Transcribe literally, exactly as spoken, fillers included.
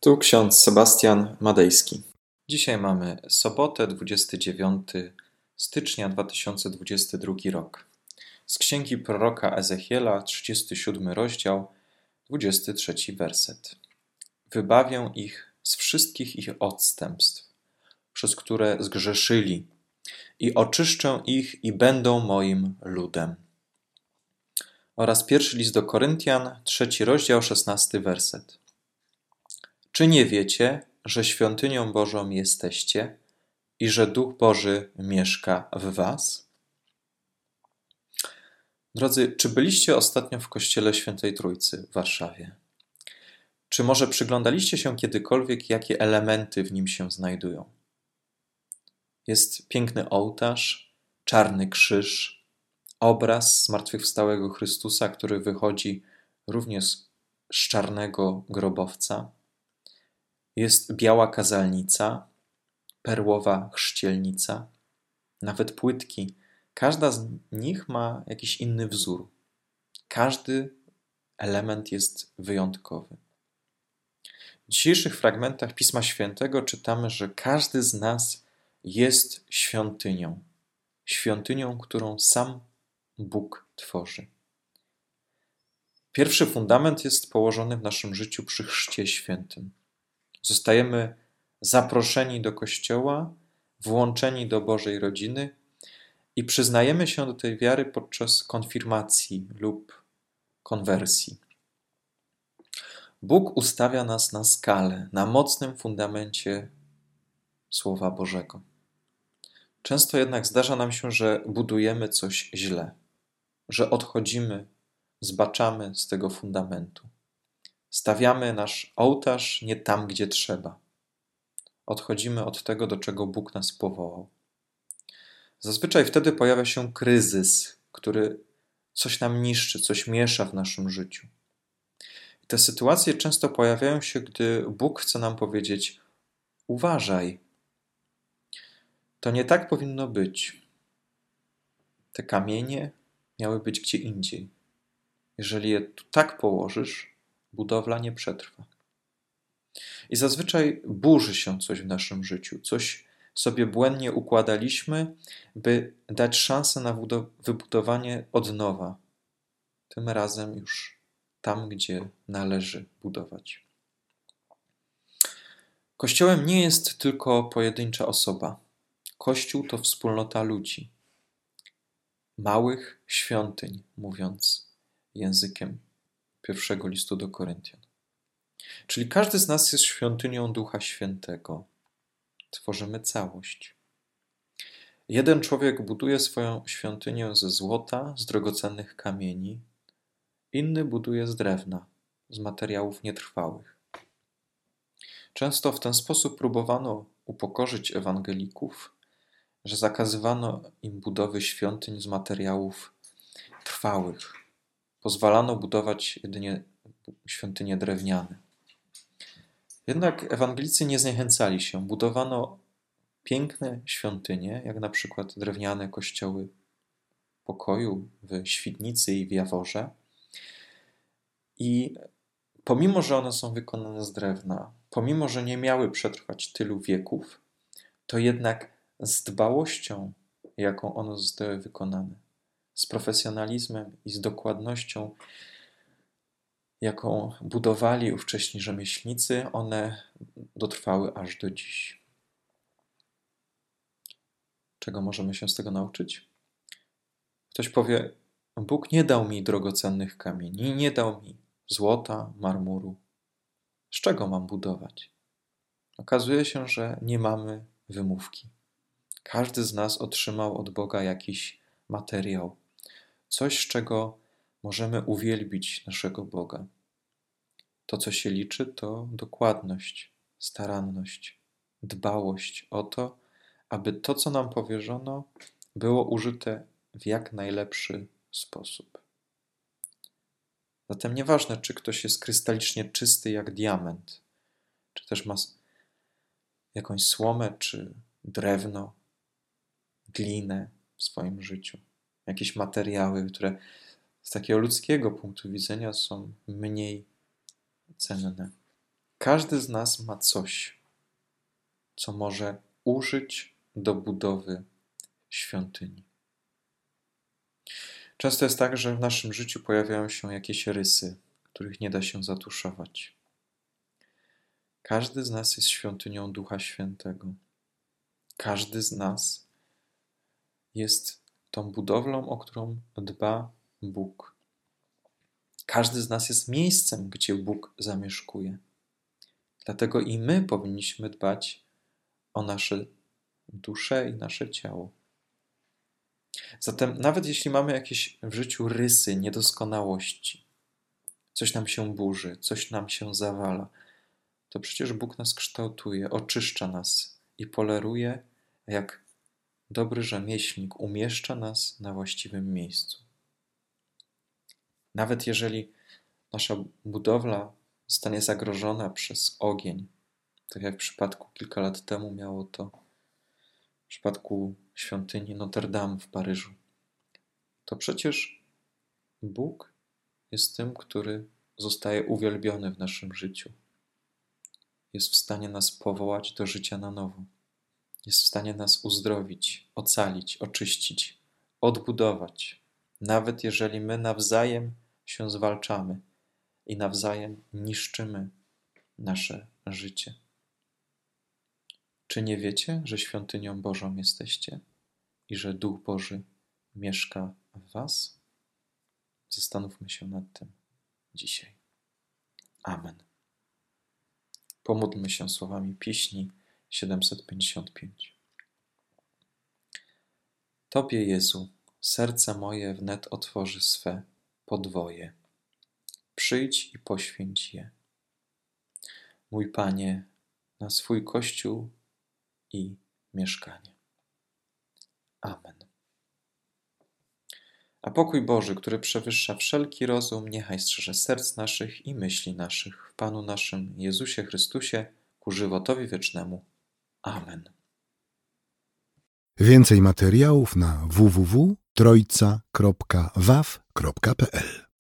Tu ksiądz Sebastian Madejski. Dzisiaj mamy sobotę, dwudziestego dziewiątego stycznia dwa tysiące dwudziesty drugi rok. Z księgi proroka Ezechiela, trzydziesty siódmy rozdział, dwudziesty trzeci werset. Wybawię ich z wszystkich ich odstępstw, przez które zgrzeszyli, i oczyszczę ich i będą moim ludem. Oraz pierwszy list do Koryntian, trzeci rozdział, szesnasty werset. Czy nie wiecie, że świątynią Bożą jesteście i że Duch Boży mieszka w was? Drodzy, czy byliście ostatnio w kościele Świętej Trójcy w Warszawie? Czy może przyglądaliście się kiedykolwiek, jakie elementy w nim się znajdują? Jest piękny ołtarz, czarny krzyż, obraz zmartwychwstałego Chrystusa, który wychodzi również z czarnego grobowca. Jest biała kazalnica, perłowa chrzcielnica, nawet płytki. Każda z nich ma jakiś inny wzór. Każdy element jest wyjątkowy. W dzisiejszych fragmentach Pisma Świętego czytamy, że każdy z nas jest świątynią. Świątynią, którą sam Bóg tworzy. Pierwszy fundament jest położony w naszym życiu przy Chrzcie Świętym. Zostajemy zaproszeni do Kościoła, włączeni do Bożej rodziny i przyznajemy się do tej wiary podczas konfirmacji lub konwersji. Bóg ustawia nas na skalę, na mocnym fundamencie Słowa Bożego. Często jednak zdarza nam się, że budujemy coś źle, że odchodzimy, zbaczamy z tego fundamentu. Stawiamy nasz ołtarz nie tam, gdzie trzeba. Odchodzimy od tego, do czego Bóg nas powołał. Zazwyczaj wtedy pojawia się kryzys, który coś nam niszczy, coś miesza w naszym życiu. I te sytuacje często pojawiają się, gdy Bóg chce nam powiedzieć: uważaj, to nie tak powinno być. Te kamienie miały być gdzie indziej. Jeżeli je tu tak położysz, budowla nie przetrwa. I zazwyczaj burzy się coś w naszym życiu, coś sobie błędnie układaliśmy, by dać szansę na wybudowanie od nowa. Tym razem już tam, gdzie należy budować. Kościołem nie jest tylko pojedyncza osoba. Kościół to wspólnota ludzi. Małych świątyń, mówiąc językiem pierwszego listu do Koryntian. Czyli każdy z nas jest świątynią Ducha Świętego. Tworzymy całość. Jeden człowiek buduje swoją świątynię ze złota, z drogocennych kamieni, inny buduje z drewna, z materiałów nietrwałych. Często w ten sposób próbowano upokorzyć ewangelików, że zakazywano im budowy świątyń z materiałów trwałych. Pozwalano budować jedynie świątynie drewniane. Jednak ewangelicy nie zniechęcali się. Budowano piękne świątynie, jak na przykład drewniane kościoły pokoju w Świdnicy i w Jaworze. I pomimo, że one są wykonane z drewna, pomimo, że nie miały przetrwać tylu wieków, to jednak z dbałością, jaką one zostały wykonane, z profesjonalizmem i z dokładnością, jaką budowali ówcześni rzemieślnicy, one dotrwały aż do dziś. Czego możemy się z tego nauczyć? Ktoś powie: Bóg nie dał mi drogocennych kamieni, nie dał mi złota, marmuru. Z czego mam budować? Okazuje się, że nie mamy wymówki. Każdy z nas otrzymał od Boga jakiś materiał, coś, z czego możemy uwielbić naszego Boga. To, co się liczy, to dokładność, staranność, dbałość o to, aby to, co nam powierzono, było użyte w jak najlepszy sposób. Zatem nieważne, czy ktoś jest krystalicznie czysty jak diament, czy też ma jakąś słomę, czy drewno, glinę w swoim życiu, jakieś materiały, które z takiego ludzkiego punktu widzenia są mniej cenne. Każdy z nas ma coś, co może użyć do budowy świątyni. Często jest tak, że w naszym życiu pojawiają się jakieś rysy, których nie da się zatuszować. Każdy z nas jest świątynią Ducha Świętego. Każdy z nas jest tą budowlą, o którą dba Bóg. Każdy z nas jest miejscem, gdzie Bóg zamieszkuje. Dlatego i my powinniśmy dbać o nasze dusze i nasze ciało. Zatem nawet jeśli mamy jakieś w życiu rysy, niedoskonałości, coś nam się burzy, coś nam się zawala, to przecież Bóg nas kształtuje, oczyszcza nas i poleruje, jak dobry rzemieślnik umieszcza nas na właściwym miejscu. Nawet jeżeli nasza budowla zostanie zagrożona przez ogień, tak jak w przypadku kilka lat temu miało to w przypadku świątyni Notre Dame w Paryżu, to przecież Bóg jest tym, który zostaje uwielbiony w naszym życiu. Jest w stanie nas powołać do życia na nowo. Jest w stanie nas uzdrowić, ocalić, oczyścić, odbudować. Nawet jeżeli my nawzajem się zwalczamy i nawzajem niszczymy nasze życie. Czy nie wiecie, że świątynią Bożą jesteście i że Duch Boży mieszka w was? Zastanówmy się nad tym dzisiaj. Amen. Pomódlmy się słowami pieśni siedemset pięćdziesiąt pięć. Tobie, Jezu, serce moje wnet otworzy swe podwoje. Przyjdź i poświęć je. Mój Panie, na swój Kościół i mieszkanie. Amen. A pokój Boży, który przewyższa wszelki rozum, niechaj strzeże serc naszych i myśli naszych w Panu naszym Jezusie Chrystusie ku żywotowi wiecznemu. Amen. Więcej materiałów na w w w kropka trojca kropka w a w kropka p l